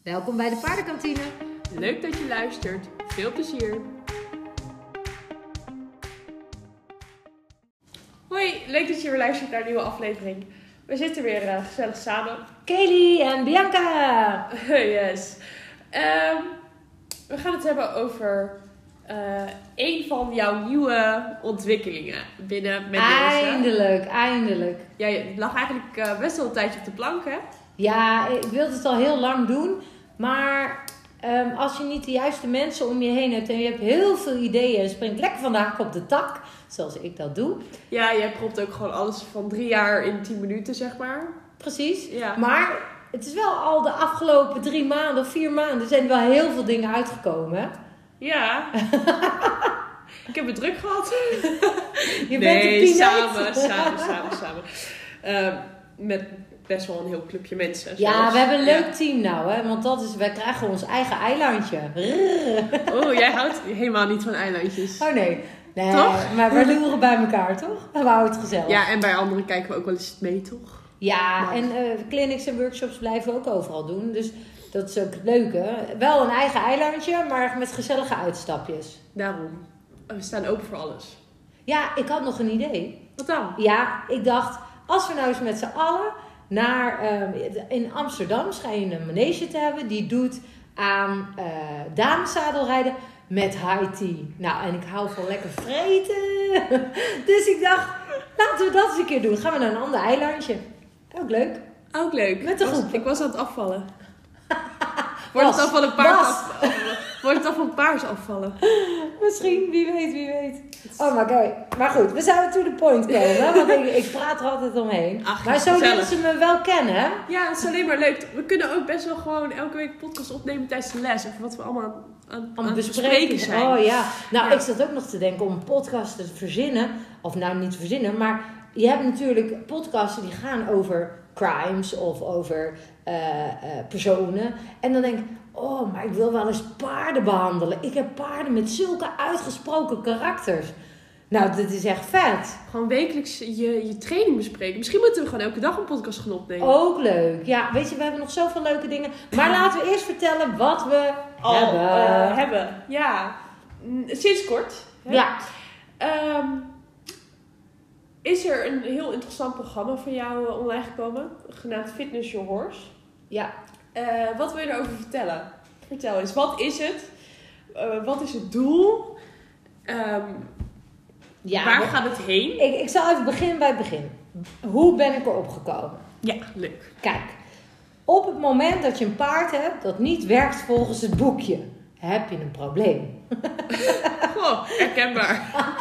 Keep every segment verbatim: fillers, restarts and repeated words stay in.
Welkom bij de paardenkantine. Leuk dat je luistert. Veel plezier. Hoi, leuk dat je weer luistert naar een nieuwe aflevering. We zitten weer uh, gezellig samen. Kelly en Bianca. Yes. Um, we gaan het hebben over uh, een van jouw nieuwe ontwikkelingen binnen met Eindelijk, eindelijk. Ja, het lag eigenlijk uh, best wel een tijdje op de plank, hè? Ja, ik wilde het al heel lang doen. Maar um, als je niet de juiste mensen om je heen hebt en je hebt heel veel ideeën en springt lekker van de hak op de tak, zoals ik dat doe. Ja, jij propt ook gewoon alles van drie jaar in tien minuten, zeg maar. Precies. Ja. Maar het is wel al de afgelopen drie maanden of vier maanden zijn er wel heel veel dingen uitgekomen. Hè? Ja. Ik heb het druk gehad. Je nee, bent een pineut. samen, samen, samen, samen. Uh, met best wel een heel clubje mensen. Ja, zoals. we hebben een leuk ja. team nou, hè. Want dat is, wij krijgen ons eigen eilandje. Oh, jij houdt helemaal niet van eilandjes. Oh nee. Nee, toch? Maar we loeren bij elkaar, toch? We houden het gezellig. Ja, en bij anderen kijken we ook wel eens mee, toch? Ja, maar. en uh, clinics en workshops blijven we ook overal doen. Dus dat is ook het leuke. Wel een eigen eilandje, maar met gezellige uitstapjes. Daarom. We staan open voor alles. Ja, ik had nog een idee. Wat dan? Ja, ik dacht, als we nou eens met z'n allen naar... Uh, in Amsterdam schijn je een manege te hebben. Die doet aan uh, dameszadelrijden met high tea. Nou, en ik hou van lekker vreten. Dus ik dacht, laten we dat eens een keer doen. Gaan we naar een ander eilandje. Ook leuk. Ook leuk. Met de ik was, groep. ik was aan het afvallen. Wordt Was. het dan van een paard Was. af, Wordt het dan van paars afvallen? Misschien, wie weet, wie weet. Oh, maar oké. Maar goed, we zouden to the point komen. Hè? Want ik, ik praat er altijd omheen. Ach, maar zo gezellig. dat ze me wel kennen, hè? Ja, het is alleen maar leuk. We kunnen ook best wel gewoon elke week een podcast opnemen tijdens de les. Over wat we allemaal aan, aan, Aan aan het het bespreken zijn. Oh ja. Nou, Ja. ik zat ook nog te denken om een podcast te verzinnen. Of nou, niet verzinnen, maar je hebt natuurlijk podcasten die gaan over crimes of over uh, uh, personen. En dan denk ik, oh, maar ik wil wel eens paarden behandelen. Ik heb paarden met zulke uitgesproken karakters. Nou, dit is echt vet. Gewoon wekelijks je, je training bespreken. Misschien moeten we gewoon elke dag een podcast gaan opnemen. Ook leuk. Ja, weet je, we hebben nog zoveel leuke dingen. Maar laten we eerst vertellen wat we Al, hebben. uh, hebben. Ja, Mm, sinds kort. Hè? Ja. Um, is er een heel interessant programma van jou uh, online gekomen. Genaamd Fitness Your Horse. Ja. Uh, wat wil je erover vertellen? Vertel eens, wat is het? Uh, wat is het doel? Um, Ja, waar we- gaat het heen? Ik, ik zal even beginnen bij het begin. Hoe ben ik erop gekomen? Ja, leuk. Kijk, op het moment dat je een paard hebt dat niet werkt volgens het boekje, heb je een probleem. Goh, herkenbaar.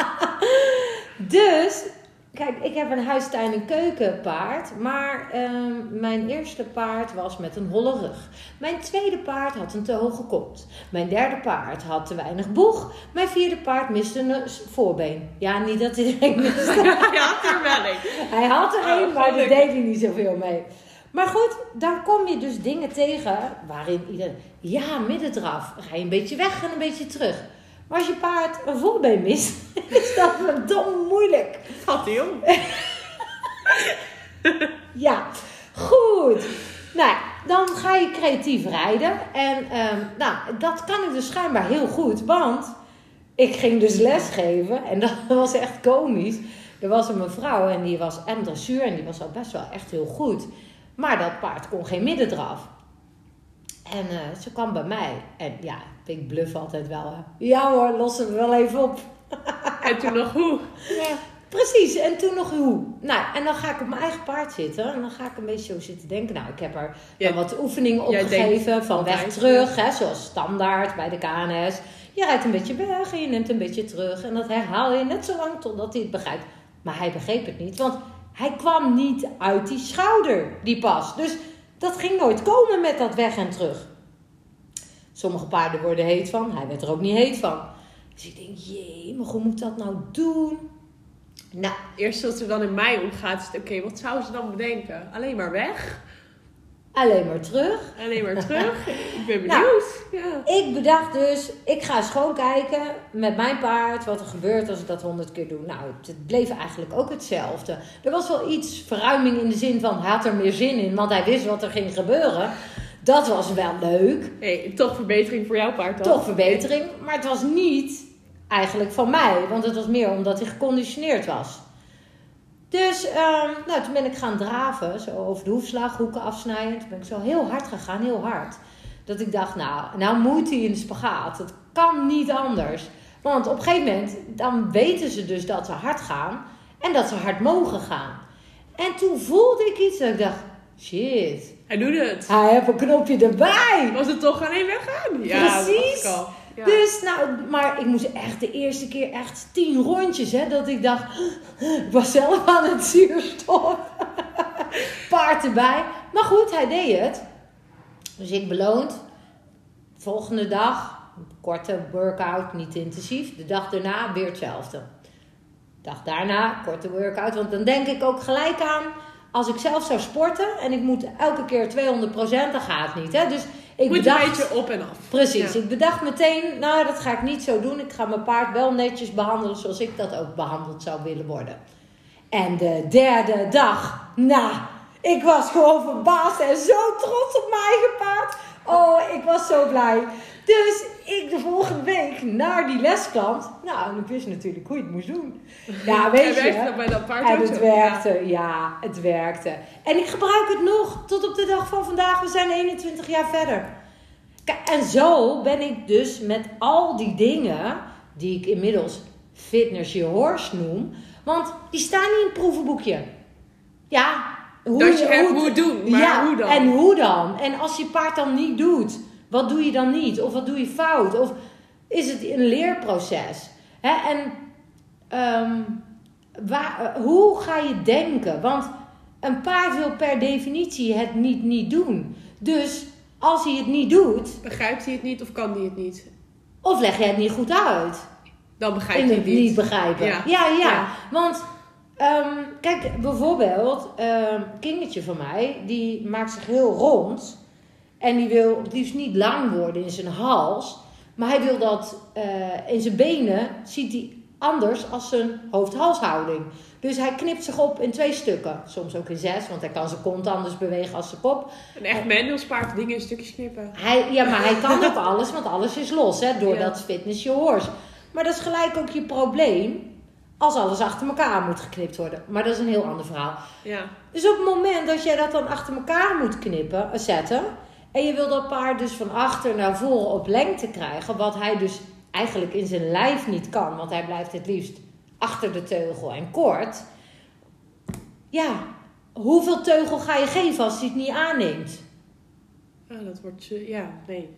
Dus, kijk, ik heb een huistuin- en keukenpaard, maar ehm, mijn eerste paard was met een holle rug. Mijn tweede paard had een te hoge kont. Mijn derde paard had te weinig boeg. Mijn vierde paard miste een voorbeen. Ja, niet dat hij er een miste. Ja, terwijl. Hij had er Oh, een, maar daar gelukkig. deed hij niet zoveel mee. Maar goed, dan kom je dus dingen tegen waarin iedereen... Ja, middendraf. Ga je een beetje weg en een beetje terug. Maar als je paard een voorbeen mist, is dat verdomd moeilijk. Valt hij om. Ja, goed. Nou, dan ga je creatief rijden. En ehm, nou, dat kan ik dus schijnbaar heel goed. Want ik ging dus lesgeven. En dat was echt komisch. Er was een mevrouw en die was en dressuur. En die was al best wel echt heel goed. Maar dat paard kon geen middendraf. En uh, ze kwam bij mij. En ja, ik bluff altijd wel. Hè. Ja hoor, lossen we wel even op. En toen nog hoe? Ja, precies. En toen nog hoe. Nou, en dan ga ik op mijn eigen paard zitten. En dan ga ik een beetje zo zitten denken. Nou, ik heb er Ja, dan wat oefeningen jij opgegeven. denkt Van weg altijd, terug. Hè, zoals standaard bij de K N S. Je rijdt een beetje weg en je neemt een beetje terug. En dat herhaal je net zo lang totdat hij het begrijpt. Maar hij begreep het niet. Want hij kwam niet uit die schouder, die pas. Dus dat ging nooit komen met dat weg en terug. Sommige paarden worden heet van. Hij werd er ook niet heet van. Dus ik denk, jee, maar hoe moet ik dat nou doen? Nou, Eerst als er dan in mij omgaat, is het oké, wat zou ze dan bedenken? Alleen maar weg? alleen maar terug. Alleen maar terug? Ik ben Nou. benieuwd. Ja. Ik bedacht dus, ik ga eens gewoon kijken met mijn paard wat er gebeurt als ik dat honderd keer doe. Nou, het bleef eigenlijk ook hetzelfde. Er was wel iets verruiming in de zin van, hij had er meer zin in, want hij wist wat er ging gebeuren. Dat was wel leuk. Hey, toch verbetering voor jouw paard dan? Toch verbetering. Maar het was niet eigenlijk van mij. Want het was meer omdat hij geconditioneerd was. Dus um, nou, toen ben ik gaan draven. Zo over de hoefslag, hoeken afsnijden. Toen ben ik zo heel hard gegaan. Heel hard. Dat ik dacht, nou, nou moet hij in de spagaat. Het kan niet anders. Want op een gegeven moment, dan weten ze dus dat ze hard gaan. En dat ze hard mogen gaan. En toen voelde ik iets dat ik dacht, shit. Hij doet het. Hij heeft een knopje erbij. Was het toch alleen weggaan? Ja, precies. dat al. Ja. Dus nou, maar ik moest echt de eerste keer echt tien rondjes, hè. Dat ik dacht, ik was zelf aan het zuurstof. Paard erbij. Maar goed, hij deed het. Dus ik beloond. Volgende dag, korte workout, niet intensief. De dag daarna weer hetzelfde. De dag daarna, korte workout. Want dan denk ik ook gelijk aan, als ik zelf zou sporten en ik moet elke keer tweehonderd procent, dan gaat het niet. Hè? Dus ik moet bedacht, een beetje op en af. Precies, Ja. ik bedacht meteen, nou dat ga ik niet zo doen. Ik ga mijn paard wel netjes behandelen zoals ik dat ook behandeld zou willen worden. En de derde dag, nou, ik was gewoon verbaasd en zo trots op mijn eigen paard. Oh, ik was zo blij. Dus ik de volgende week naar die lesklant. Nou, en ik wist natuurlijk hoe je het moest doen. Ja, weet je. Hij werkte bij dat paard En ook het zo. werkte, ja. ja, het werkte. En ik gebruik het nog tot op de dag van vandaag. We zijn eenentwintig jaar verder. Kijk, en zo ben ik dus met al die dingen, die ik inmiddels Fitness Your Horse noem. Want die staan niet in het proevenboekje. Ja, hoe Dat je het hoe, moet doen, maar ja, hoe dan? En hoe dan? En als je paard dan niet doet, wat doe je dan niet? Of wat doe je fout? Of is het een leerproces? Hè? En um, waar, hoe ga je denken? Want een paard wil per definitie het niet niet doen. Dus als hij het niet doet, Begrijpt hij het niet of kan hij het niet? of leg je het niet goed uit. Dan begrijpt In hij het het niet. niet begrijpen. Ja. Ja, ja. Ja. Want um, kijk, bijvoorbeeld, um, kindertje van mij, die maakt zich heel rond. En die wil het liefst niet lang worden in zijn hals. Maar hij wil dat uh, in zijn benen, ziet hij anders als zijn hoofd-halshouding. Dus hij knipt zich op in twee stukken. Soms ook in zes, want hij kan zijn kont anders bewegen als zijn kop. Een echt Mendelspaard dingen in stukjes knippen. Hij, ja, maar hij kan ook alles, want alles is los, hè, door Ja. dat Fitness Your Horse. Maar dat is gelijk ook je probleem als alles achter elkaar moet geknipt worden. Maar dat is een heel ander verhaal. Ja. Dus op het moment dat jij dat dan achter elkaar moet knippen, uh, zetten, en je wil dat paard dus van achter naar voren op lengte krijgen, wat hij dus eigenlijk in zijn lijf niet kan, want hij blijft het liefst achter de teugel en kort. Ja, hoeveel teugel ga je geven als hij het niet aanneemt? Ah, dat wordt... uh, ja, nee.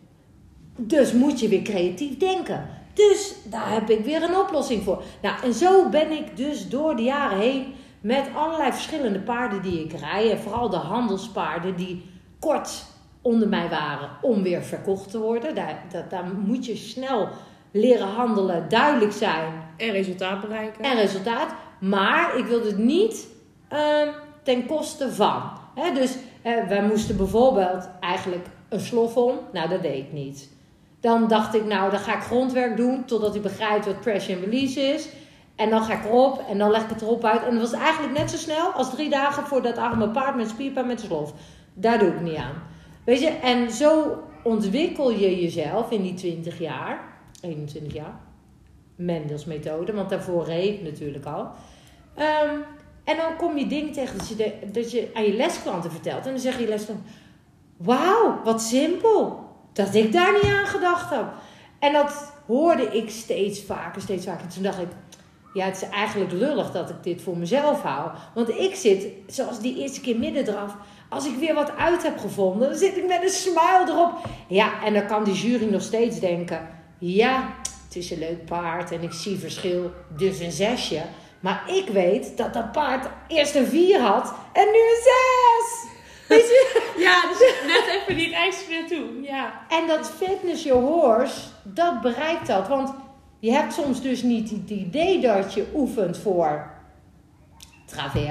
Dus moet je weer creatief denken. Dus daar heb ik weer een oplossing voor. Nou, en zo ben ik dus door de jaren heen met allerlei verschillende paarden die ik rij. En vooral de handelspaarden die kort onder mij waren om weer verkocht te worden. Daar, daar, daar moet je snel leren handelen, duidelijk zijn. En resultaat bereiken. En resultaat. Maar ik wilde het niet uh, ten koste van. He, dus uh, wij moesten bijvoorbeeld eigenlijk een slof om. Nou, dat deed ik niet. Dan dacht ik, nou, dan ga ik grondwerk doen totdat hij begrijpt wat crash en release is. En dan ga ik erop en dan leg ik het erop uit. En dat was eigenlijk net zo snel als drie dagen voor dat arme paard met spierpijn met de slof. Daar doe ik niet aan. Weet je, en zo ontwikkel je jezelf in die twintig jaar, eenentwintig jaar, Mendels methode, want daarvoor reed ik natuurlijk al. Um, en dan kom je dingen tegen dat je, de, dat je aan je lesklanten vertelt. En dan zeg je lesklant, wauw, wat simpel. Dat ik daar niet aan gedacht heb. En dat hoorde ik steeds vaker, steeds vaker. En toen dacht ik, ja, het is eigenlijk lullig dat ik dit voor mezelf hou. Want ik zit, zoals die eerste keer midden eraf, als ik weer wat uit heb gevonden, dan zit ik met een smile erop. Ja, en dan kan die jury nog steeds denken, ja, het is een leuk paard en ik zie verschil, dus een zesje. Maar ik weet dat dat paard eerst een vier had en nu een zes. Weet je? Ja, dus net even die eisen naartoe. Ja. En dat Fitness Your Horse, dat bereikt dat. Want je hebt soms dus niet het idee dat je oefent voor travers.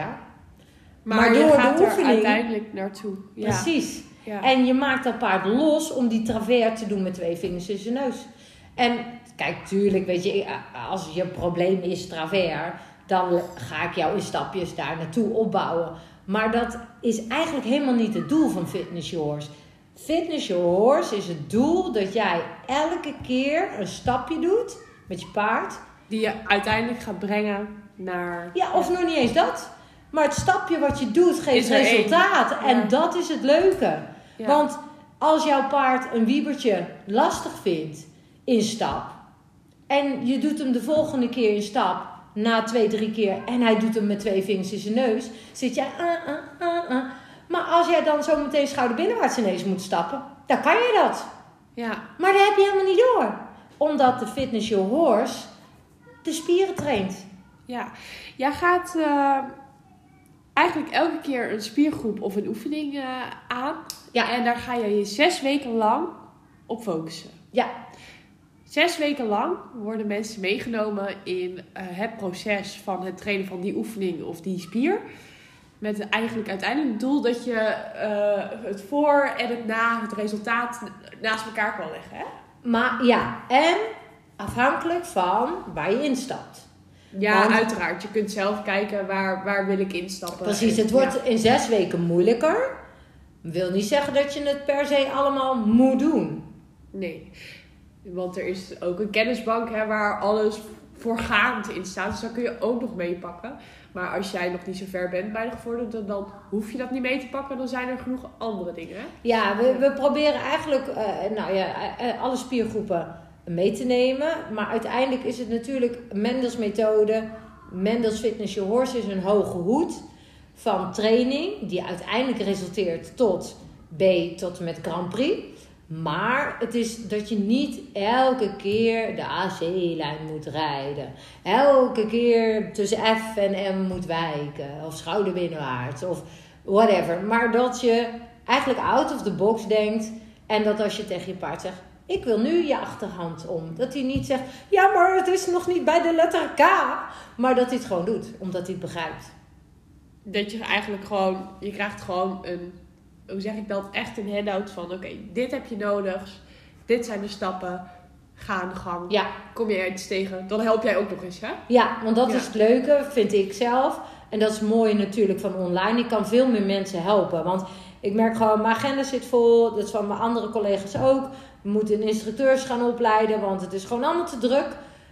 Maar, Maar je door de gaat er oefening- uiteindelijk naartoe. Ja. Precies. Ja. En je maakt dat paard los om die travers te doen met twee vingers in zijn neus. En kijk, tuurlijk, weet je, als je probleem is travers, dan ga ik jou in stapjes daar naartoe opbouwen. Maar dat is eigenlijk helemaal niet het doel van Fitness Your Horse. Fitness Your Horse is het doel dat jij elke keer een stapje doet met je paard. Die je uiteindelijk gaat brengen naar... Ja, of nog niet eens dat. Maar het stapje wat je doet geeft Is er resultaat. één. En Ja. dat is het leuke. Ja. Want als jouw paard een wiebertje lastig vindt in stap. En je doet hem de volgende keer in stap. Na twee, drie keer. En hij doet hem met twee vingers in zijn neus. Zit jij... Uh, uh, uh, uh. Maar als jij dan zo meteen schouderbinnenwaarts ineens moet stappen. Dan kan je dat. Ja. Maar dat heb je helemaal niet door. Omdat de Fitness Your Horse de spieren traint. Ja. Jij gaat uh, eigenlijk elke keer een spiergroep of een oefening uh, aan. Ja. En daar ga je je zes weken lang op focussen. Ja. Zes weken lang worden mensen meegenomen in uh, het proces van het trainen van die oefening of die spier. Met eigenlijk uiteindelijk het doel dat je uh, het voor en het na, het resultaat naast elkaar kan leggen. Hè? Maar ja, en afhankelijk van waar je instapt. Ja, Want- uiteraard. Je kunt zelf kijken waar, waar wil ik instappen. Precies, En- het wordt ja. in zes weken moeilijker. Wil niet zeggen dat je het per se allemaal moet doen. Nee, want er is ook een kennisbank hè, waar alles voorgaand in staat. Dus daar kun je ook nog meepakken. Maar als jij nog niet zo ver bent bij de gevorderde, dan hoef je dat niet mee te pakken. Dan zijn er genoeg andere dingen. Hè? Ja, we, we proberen eigenlijk uh, nou ja, uh, alle spiergroepen mee te nemen. Maar uiteindelijk is het natuurlijk Mendels methode. Mendels Fitness Your Horse is een hoge hoed van training. Die uiteindelijk resulteert tot B tot en met Grand Prix. Maar het is dat je niet elke keer de A C-lijn moet rijden. Elke keer tussen F en M moet wijken. Of schouderbinnenwaarts. Of whatever. Maar dat je eigenlijk out of the box denkt. En dat als je tegen je paard zegt... Ik wil nu je achterhand om. Dat hij niet zegt... Ja, maar het is nog niet bij de letter K. Maar dat hij het gewoon doet. Omdat hij het begrijpt. Dat je eigenlijk gewoon, je krijgt gewoon een, hoe zeg ik dat, echt een handout van oké, okay, dit heb je nodig. Dit zijn de stappen. Ga aan de gang. Ja. Kom je er iets tegen, dan help jij ook nog eens, hè? Ja, want dat Ja. is het leuke, vind ik zelf. En dat is mooi natuurlijk van online. Ik kan veel meer mensen helpen. Want ik merk gewoon, mijn agenda zit vol. Dat is van mijn andere collega's ook. We moeten instructeurs gaan opleiden, want het is gewoon allemaal te druk.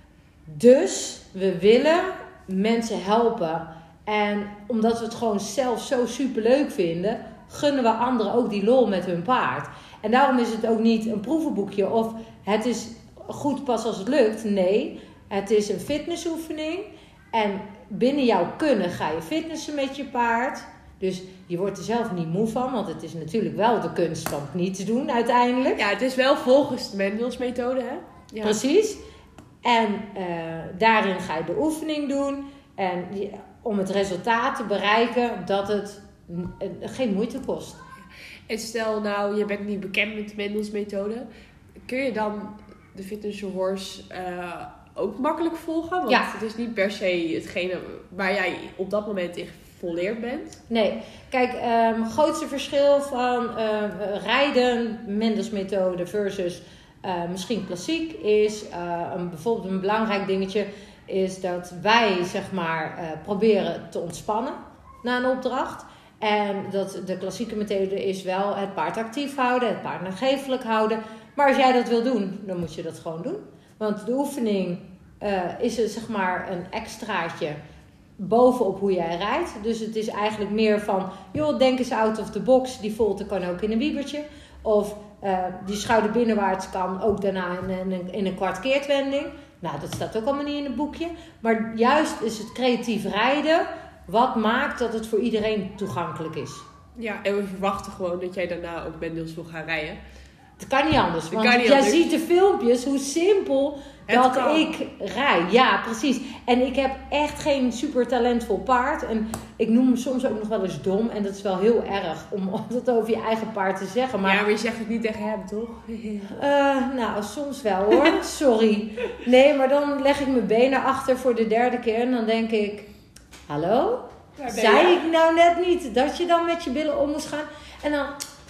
Dus we willen mensen helpen. En omdat we het gewoon zelf zo super leuk vinden, gunnen we anderen ook die lol met hun paard. En daarom is het ook niet een proevenboekje of het is goed pas als het lukt. Nee, het is een fitnessoefening. En binnen jouw kunnen ga je fitnessen met je paard. Dus je wordt er zelf niet moe van, want het is natuurlijk wel de kunst van het niet te doen uiteindelijk. Ja, het is wel volgens de Mendels methode, hè? Ja. Precies. En uh, daarin ga je de oefening doen. En je, om het resultaat te bereiken dat het n- n- geen moeite kost. En stel nou, je bent niet bekend met de Mendels methode. Kun je dan de Fitness Your Horse uh, ook makkelijk volgen? Want Ja. het is niet per se hetgene waar jij op dat moment in volleerd bent. Nee, kijk, het um, grootste verschil van uh, rijden, Mendels methode versus uh, misschien klassiek is uh, een, bijvoorbeeld een belangrijk dingetje is dat wij zeg maar uh, proberen te ontspannen na een opdracht. En dat de klassieke methode is wel het paard actief houden, het paard nagevelijk houden. Maar als jij dat wil doen, dan moet je dat gewoon doen. Want de oefening uh, is er, zeg maar een extraatje bovenop hoe jij rijdt. Dus het is eigenlijk meer van, joh, denk eens out of the box. Die volte kan ook in een wiebertje. Of uh, die schouder binnenwaarts kan ook daarna in een, in een kwart keertwending. Nou, dat staat ook allemaal niet in het boekje. Maar juist is het creatief rijden wat maakt dat het voor iedereen toegankelijk is. Ja, en we verwachten gewoon dat jij daarna ook Mendels wil gaan rijden. Het kan niet anders. Want kan niet jij anders. ziet de filmpjes hoe simpel Het dat kan. ik rij. Ja, precies. En ik heb echt geen super talentvol paard. En ik noem hem soms ook nog wel eens dom. En dat is wel heel erg om dat over je eigen paard te zeggen. Maar, Ja, maar je zegt het niet tegen hem, toch? uh, nou, soms wel hoor. Sorry. Nee, maar dan leg ik mijn benen achter voor de derde keer. En dan denk ik, hallo? Waar ben Zei je? ik nou net niet dat je dan met je billen om moest gaan? En dan,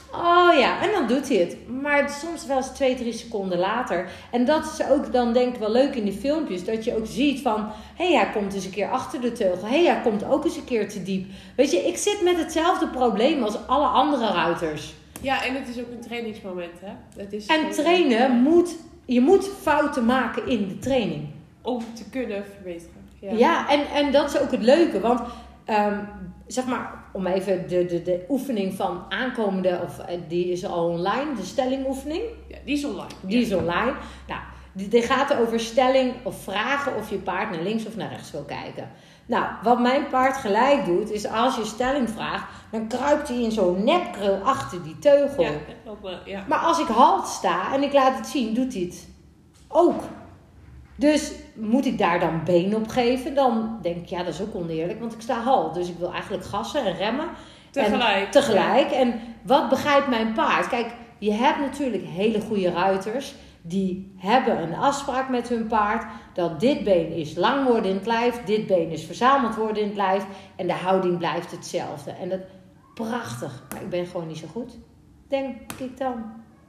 oh ja, en dan doet hij het. Maar soms wel eens twee, drie seconden later. En dat is ook dan denk ik wel leuk in die filmpjes. Dat je ook ziet van, hé, hey, hij komt eens een keer achter de teugel. Hé, hey, hij komt ook eens een keer te diep. Weet je, ik zit met hetzelfde probleem als alle andere ruiters. Ja, en het is ook een trainingsmoment, hè? Het is En gewoon- trainen moet, je moet fouten maken in de training. Om te kunnen verbeteren. Ja, Ja, en, en dat is ook het leuke. Want ehm, zeg maar, om even de, de, de oefening van aankomende, of eh, die is al online, de stellingoefening. Ja, die is online. Die is online. Nou, die, die gaat over stelling of vragen of je paard naar links of naar rechts wil kijken. Nou, wat mijn paard gelijk doet, is als je stelling vraagt, dan kruipt hij in zo'n nepkrul achter die teugel. Ja, op, eh, ja. Maar als ik halt sta en ik laat het zien, doet hij het ook. Dus moet ik daar dan been op geven? Dan denk ik, ja, dat is ook oneerlijk, want ik sta halt. Dus ik wil eigenlijk gassen en remmen. Tegelijk. En tegelijk. En wat begrijpt mijn paard? Kijk, je hebt natuurlijk hele goede ruiters. Die hebben een afspraak met hun paard. Dat dit been is lang worden in het lijf. Dit been is verzameld worden in het lijf. En de houding blijft hetzelfde. En dat prachtig. Maar ik ben gewoon niet zo goed. Denk ik dan.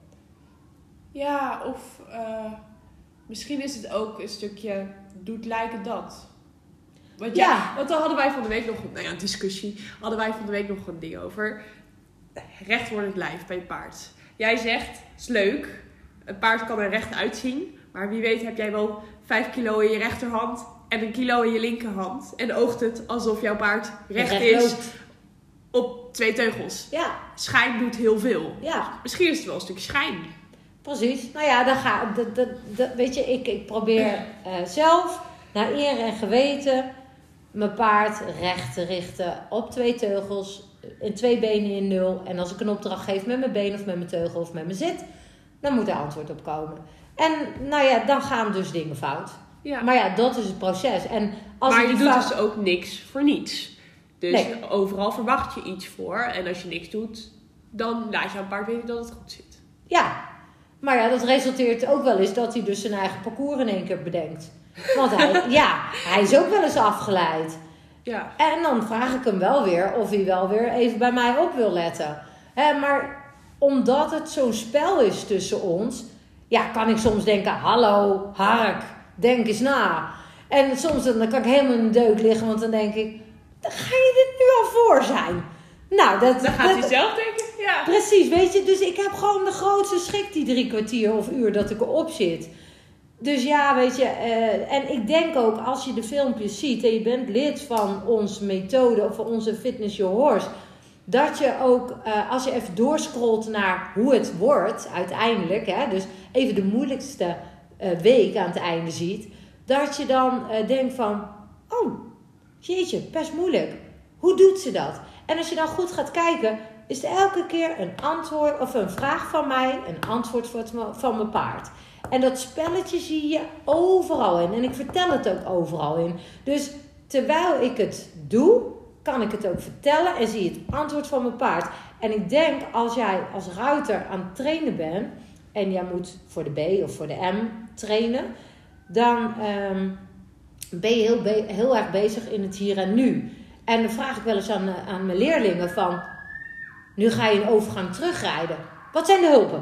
Ja, of uh, misschien is het ook een stukje doet lijken dat. Want ja, Ja. want dan hadden wij van de week nog, nou ja, een discussie, hadden wij van de week nog een ding over recht wordend lijf bij het paard. Jij zegt, is leuk, een paard kan er recht uitzien, maar wie weet heb jij wel vijf kilo in je rechterhand en een kilo in je linkerhand en oogt het alsof jouw paard recht, Recht is loopt. op twee teugels. Ja, Schijn doet heel veel. ja. Misschien is het wel een stukje schijn. Precies. Nou ja, dan ga, dat, dat, dat, weet je, ik, ik probeer uh, zelf naar eer en geweten mijn paard recht te richten op twee teugels, in twee benen in nul. En als ik een opdracht geef met mijn been of met mijn teugel of met mijn zit, dan moet er antwoord op komen. En nou ja, dan gaan dus dingen fout. Ja. Maar ja, dat is het proces. En als Maar ik je die doet fout- dus ook niks voor niets. Dus Nee. overal verwacht je iets voor. En als je niks doet, dan laat je aan het paard weten dat het goed zit. Ja, maar ja, dat resulteert ook wel eens dat hij dus zijn eigen parcours in één keer bedenkt. Want hij, ja, hij is ook wel eens afgeleid. Ja. En dan vraag ik hem wel weer of hij wel weer even bij mij op wil letten. Hè, maar omdat het zo'n spel is tussen ons, ja, kan ik soms denken, hallo, Hark, denk eens na. En soms dan kan ik helemaal in de deuk liggen, want dan denk ik, dan ga je er nu al voor zijn. Nou, dat, Dan gaat dat, hij zelf denken, ja. Precies, weet je. Dus ik heb gewoon de grootste schrik die drie kwartier of uur dat ik erop zit. Dus ja, weet je. Uh, en ik denk ook, als je de filmpjes ziet en je bent lid van onze methode of van onze Fitness Your Horse, dat je ook, uh, als je even doorscrollt naar hoe het wordt uiteindelijk, hè, dus even de moeilijkste uh, week aan het einde ziet, dat je dan uh, denkt van, oh, jeetje, best moeilijk. Hoe doet ze dat? En als je dan goed gaat kijken, is er elke keer een antwoord of een vraag van mij, een antwoord van mijn paard. En dat spelletje zie je overal in. En ik vertel het ook overal in. Dus terwijl ik het doe, kan ik het ook vertellen en zie je het antwoord van mijn paard. En ik denk, als jij als ruiter aan het trainen bent en jij moet voor de B of voor de M trainen, dan um, ben je heel, be- heel erg bezig in het hier en nu. En dan vraag ik wel eens aan, aan mijn leerlingen van, nu ga je een overgang terugrijden. Wat zijn de hulpen?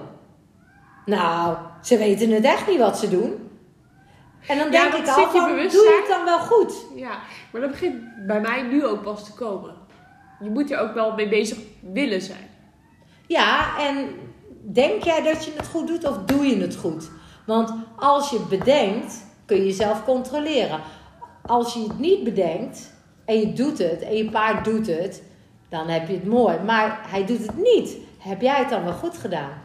Nou, ze weten het echt niet wat ze doen. En dan Ja, denk dat ik zit al je van, doe bewustzijn. je het dan wel goed? Ja, maar dat begint bij mij nu ook pas te komen. Je moet er ook wel mee bezig willen zijn. Ja, en denk jij dat je het goed doet of doe je het goed? Want als je het bedenkt, kun je jezelf controleren. Als je het niet bedenkt en je doet het en je paard doet het, dan heb je het mooi. Maar hij doet het niet. Heb jij het dan wel goed gedaan?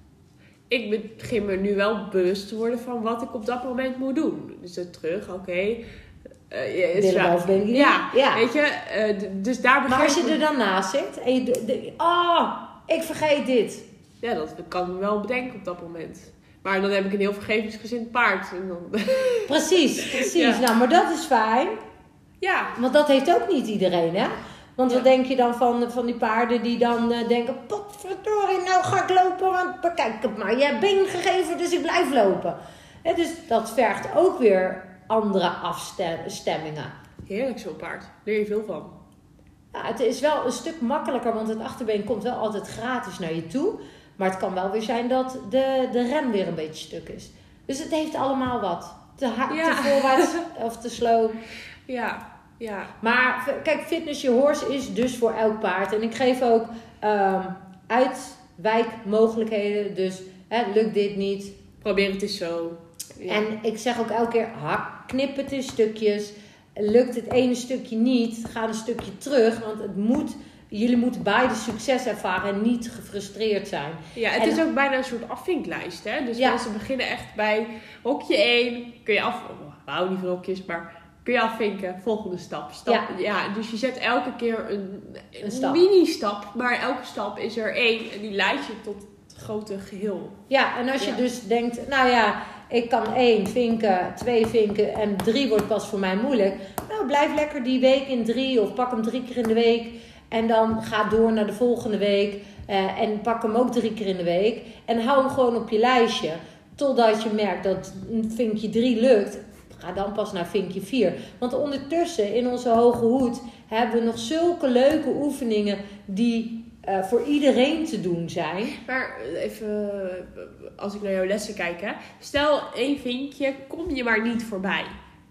Ik begin me nu wel bewust te worden van wat ik op dat moment moet doen. Dus er terug, oké. Okay. Uh, ja, is Dillen boven, ben je ja, ja, weet je. Uh, d- dus daar begin maar als je ik... er dan naast zit en je... De, de, oh, ik vergeet dit. Ja, dat kan ik me wel bedenken op dat moment. Maar dan heb ik een heel vergevingsgezind paard. En dan... Precies, precies. Ja. Nou, maar dat is fijn. Ja. Want dat heeft ook niet iedereen, hè? Want Ja. wat denk je dan van, van die paarden die dan uh, denken, potverdorie, nou ga ik lopen, want kijk het maar, je hebt been gegeven, dus ik blijf lopen. Hè, dus dat vergt ook weer andere afstemmingen. Heerlijk zo'n paard. Daar leer je veel van. Ja, het is wel een stuk makkelijker, want het achterbeen komt wel altijd gratis naar je toe. Maar het kan wel weer zijn dat de, de rem weer een beetje stuk is. Dus het heeft allemaal wat. Te, ha- Ja. te voorwaarts of te slow. Ja, ja. Maar kijk, Fitness Your Horse is dus voor elk paard. En ik geef ook um, uit wijkmogelijkheden. Dus hè, lukt dit niet. Probeer het eens zo. Ja. En ik zeg ook elke keer, ha, knip het in stukjes. Lukt het ene stukje niet, ga een stukje terug. Want het moet, jullie moeten beide succes ervaren en niet gefrustreerd zijn. Ja, het en, is ook bijna een soort afvinklijst. Hè? Dus ja. mensen beginnen echt bij hokje één. Kun je af... Oh, we houden niet van hokjes, maar kun je afvinken. Volgende stap. stap ja. ja, dus je zet elke keer een, een, een mini-stap. Maar elke stap is er één. En die leidt je tot het grote geheel. Ja, en als je ja. dus denkt, nou ja, ik kan één vinken, twee vinken en drie wordt pas voor mij moeilijk. Nou, blijf lekker die week in drie of pak hem drie keer in de week. En dan ga door naar de volgende week uh, en pak hem ook drie keer in de week. En hou hem gewoon op je lijstje. Totdat je merkt dat vinkje drie lukt. Ga dan pas naar vinkje vier. Want ondertussen in onze hoge hoed hebben we nog zulke leuke oefeningen die uh, voor iedereen te doen zijn. Maar even, als ik naar jouw lessen kijk, hè. Stel één vinkje, kom je maar niet voorbij.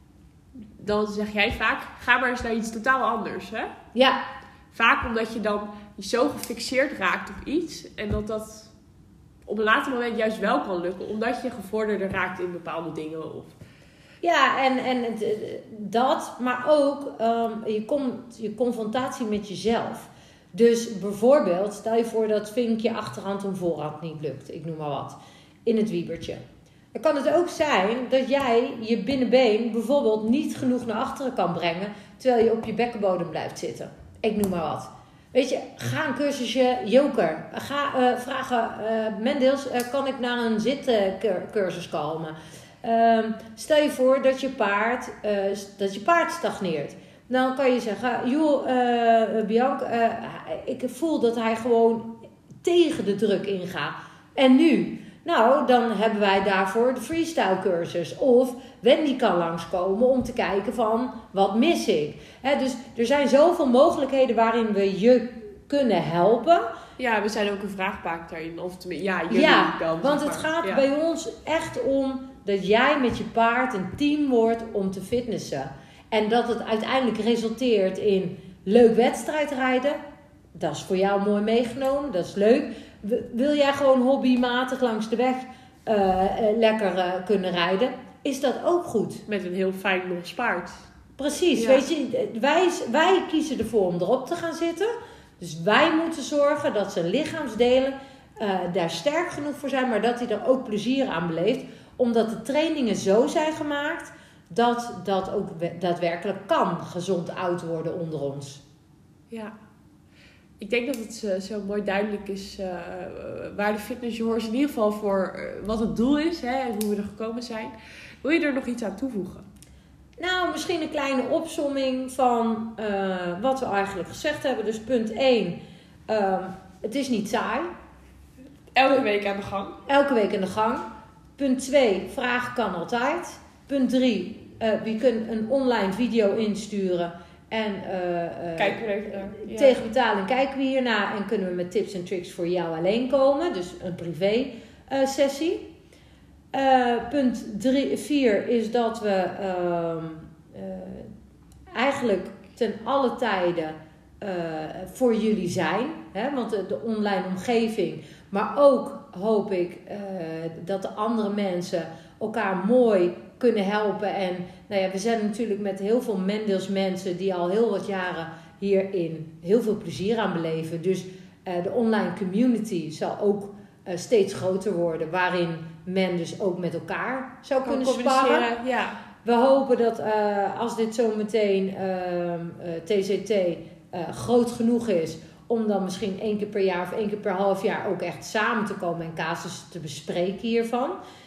Dan zeg jij vaak, ga maar eens naar iets totaal anders, hè? Ja. Vaak omdat je dan zo gefixeerd raakt op iets. En dat dat op een later moment juist wel kan lukken. Omdat je gevorderder raakt in bepaalde dingen. Of... Ja, en, en dat. Maar ook um, je, komt, je confrontatie met jezelf. Dus bijvoorbeeld, stel je voor dat vinkje achterhand en voorhand niet lukt. Ik noem maar wat. In het wiebertje. Dan kan het ook zijn dat jij je binnenbeen bijvoorbeeld niet genoeg naar achteren kan brengen. Terwijl je op je bekkenbodem blijft zitten. Ik noem maar wat. Weet je, ga een cursusje joker. Ga uh, vragen, uh, Mendels, uh, kan ik naar een zitcursus komen? Uh, stel je voor dat je paard, uh, dat je paard stagneert. Dan kan je zeggen, joh, uh, Bianca, uh, ik voel dat hij gewoon tegen de druk ingaat. En nu? Nou, dan hebben wij daarvoor de freestyle cursus. Of Wendy kan langskomen om te kijken van, wat mis ik? He, dus er zijn zoveel mogelijkheden waarin we je kunnen helpen. Ja, we zijn ook een vraagbaak daarin. Of tenminste, ja, jullie ja, dan. want het gaat ja. bij ons echt om dat jij met je paard een team wordt om te fitnessen. En dat het uiteindelijk resulteert in leuk wedstrijdrijden. Dat is voor jou mooi meegenomen, dat is leuk. Wil jij gewoon hobbymatig langs de weg uh, uh, lekker uh, kunnen rijden, is dat ook goed. Met een heel fijn los paard. Precies, ja. Weet je, wij, wij kiezen ervoor om erop te gaan zitten. Dus wij moeten zorgen dat zijn lichaamsdelen uh, daar sterk genoeg voor zijn, maar dat hij er ook plezier aan beleeft. Omdat de trainingen zo zijn gemaakt dat dat ook daadwerkelijk kan gezond oud worden onder ons. Ja. Ik denk dat het uh, zo mooi duidelijk is uh, waar de Fitness Yours in ieder geval voor uh, wat het doel is, hè, en hoe we er gekomen zijn. Wil je er nog iets aan toevoegen? Nou, misschien een kleine opsomming van uh, wat we eigenlijk gezegd hebben. Dus punt één, uh, het is niet saai. Elke week aan de gang. Elke week aan de gang. Punt twee, vragen kan altijd. Punt drie, uh, je kunt een online video insturen. En uh, uh, kijken we even naar. Ja. Tegen betaling kijken we hierna en kunnen we met tips en tricks voor jou alleen komen. Dus een privé uh, sessie. Uh, punt vier is dat we uh, uh, eigenlijk ten alle tijden uh, voor jullie zijn. Hè? Want de, de online omgeving, maar ook hoop ik uh, dat de andere mensen elkaar mooi kunnen helpen. En nou ja, we zijn natuurlijk met heel veel Mendels mensen die al heel wat jaren hierin heel veel plezier aan beleven. Dus uh, de online community zal ook uh, steeds groter worden, waarin men dus ook met elkaar zou kan kunnen sparren. Ja. We hopen dat uh, als dit zo meteen uh, uh, T C T uh, groot genoeg is, om dan misschien één keer per jaar of één keer per half jaar ook echt samen te komen en casussen te bespreken hiervan.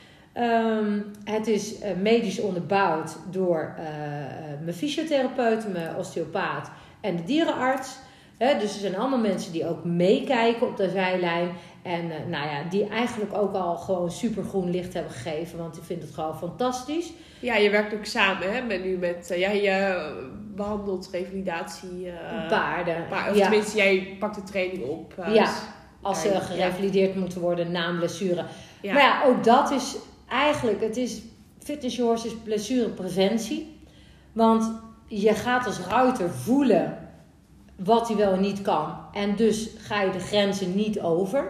Um, het is uh, medisch onderbouwd door uh, mijn fysiotherapeut, mijn osteopaat en de dierenarts. He, dus er zijn allemaal mensen die ook meekijken op de zijlijn. En uh, nou ja, die eigenlijk ook al gewoon super groen licht hebben gegeven. Want die vindt het gewoon fantastisch. Ja, je werkt ook samen hè, met, nu met... Uh, ja, je behandelt revalidatie... Uh, paarden. Paard, of ja. tenminste, jij pakt de training op. Uh, ja, dus, als ze gerevalideerd ja. moeten worden na een blessure. Ja. Maar ja, ook dat is eigenlijk... Het is, Fitness Yours is blessurepreventie. Want je gaat als ruiter voelen wat hij wel en niet kan. En dus ga je de grenzen niet over.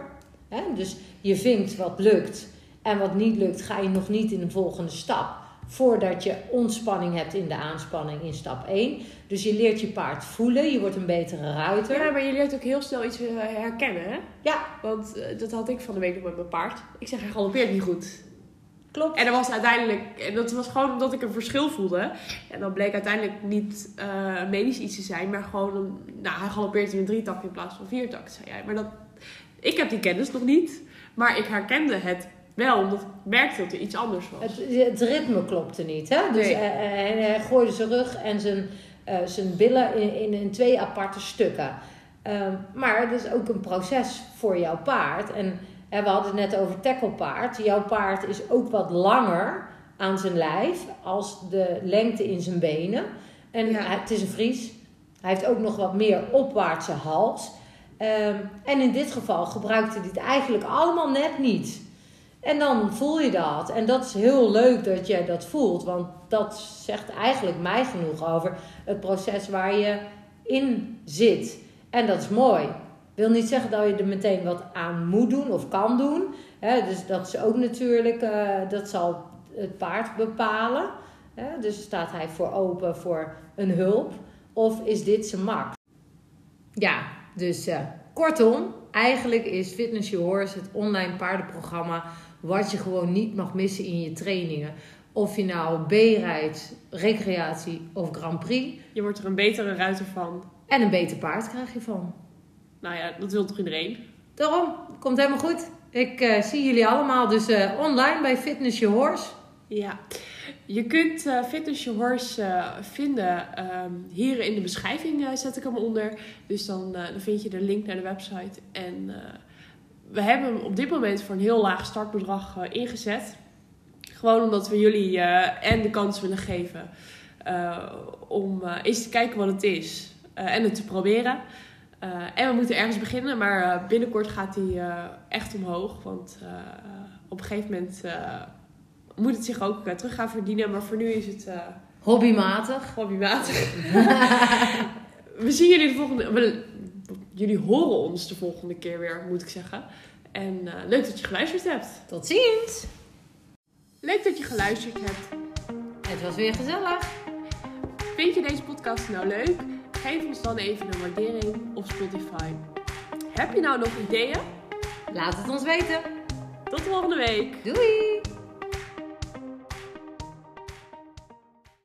Hè? Dus je vindt wat lukt en wat niet lukt, ga je nog niet in de volgende stap. Voordat je ontspanning hebt in de aanspanning in stap één. Dus je leert je paard voelen, je wordt een betere ruiter. Ja, maar je leert ook heel snel iets herkennen, hè? Ja. Want uh, dat had ik van de week nog met mijn paard. Ik zeg, hij galoppeert niet goed. Klopt. En dat was uiteindelijk, en dat was gewoon omdat ik een verschil voelde. En dat bleek uiteindelijk niet uh, medisch iets te zijn, maar gewoon, een, nou, hij galoppeert in een drietak in plaats van viertak, zei jij. Maar dat, ik heb die kennis nog niet, maar ik herkende het wel, omdat ik merkte dat er iets anders was. Het, het ritme klopte niet, hè? Dus nee. uh, hij, hij gooide zijn rug en zijn, uh, zijn billen in, in, in twee aparte stukken. Uh, maar het is ook een proces voor jouw paard. En uh, we hadden het net over tacklepaard. Jouw paard is ook wat langer aan zijn lijf als de lengte in zijn benen. En ja. hij, het is een Fries. Hij heeft ook nog wat meer opwaartse hals. Uh, en in dit geval gebruikte hij het eigenlijk allemaal net niet. En dan voel je dat. En dat is heel leuk dat jij dat voelt. Want dat zegt eigenlijk mij genoeg over het proces waar je in zit. En dat is mooi. Ik wil niet zeggen dat je er meteen wat aan moet doen of kan doen. He, dus dat is ook natuurlijk, uh, dat zal het paard bepalen. He, dus staat hij voor open voor een hulp? Of is dit zijn mak? Ja, dus uh, kortom, eigenlijk is Fitness Your Horse het online paardenprogramma wat je gewoon niet mag missen in je trainingen. Of je nou B rijdt, recreatie of Grand Prix. Je wordt er een betere ruiter van. En een beter paard krijg je van. Nou ja, dat wil toch iedereen? Daarom, komt helemaal goed. Ik uh, zie jullie allemaal dus uh, online bij Fitness Your Horse. Ja, je kunt uh, Fitness Your Horse uh, vinden. Um, hier in de beschrijving uh, zet ik hem onder. Dus dan, uh, dan vind je de link naar de website. En uh, we hebben hem op dit moment voor een heel laag startbedrag uh, ingezet. Gewoon omdat we jullie uh, en de kans willen geven uh, om uh, eens te kijken wat het is. Uh, en het te proberen. Uh, en we moeten ergens beginnen, maar uh, binnenkort gaat hij uh, echt omhoog. Want uh, op een gegeven moment uh, moet het zich ook uh, terug gaan verdienen. Maar voor nu is het uh, hobbymatig. hobbymatig. We zien jullie de volgende... We, jullie horen ons de volgende keer weer, moet ik zeggen. En uh, leuk dat je geluisterd hebt. Tot ziens. Leuk dat je geluisterd hebt. Het was weer gezellig. Vind je deze podcast nou leuk? Geef ons dan even een waardering op Spotify. Heb je nou nog ideeën? Laat het ons weten. Tot volgende week. Doei!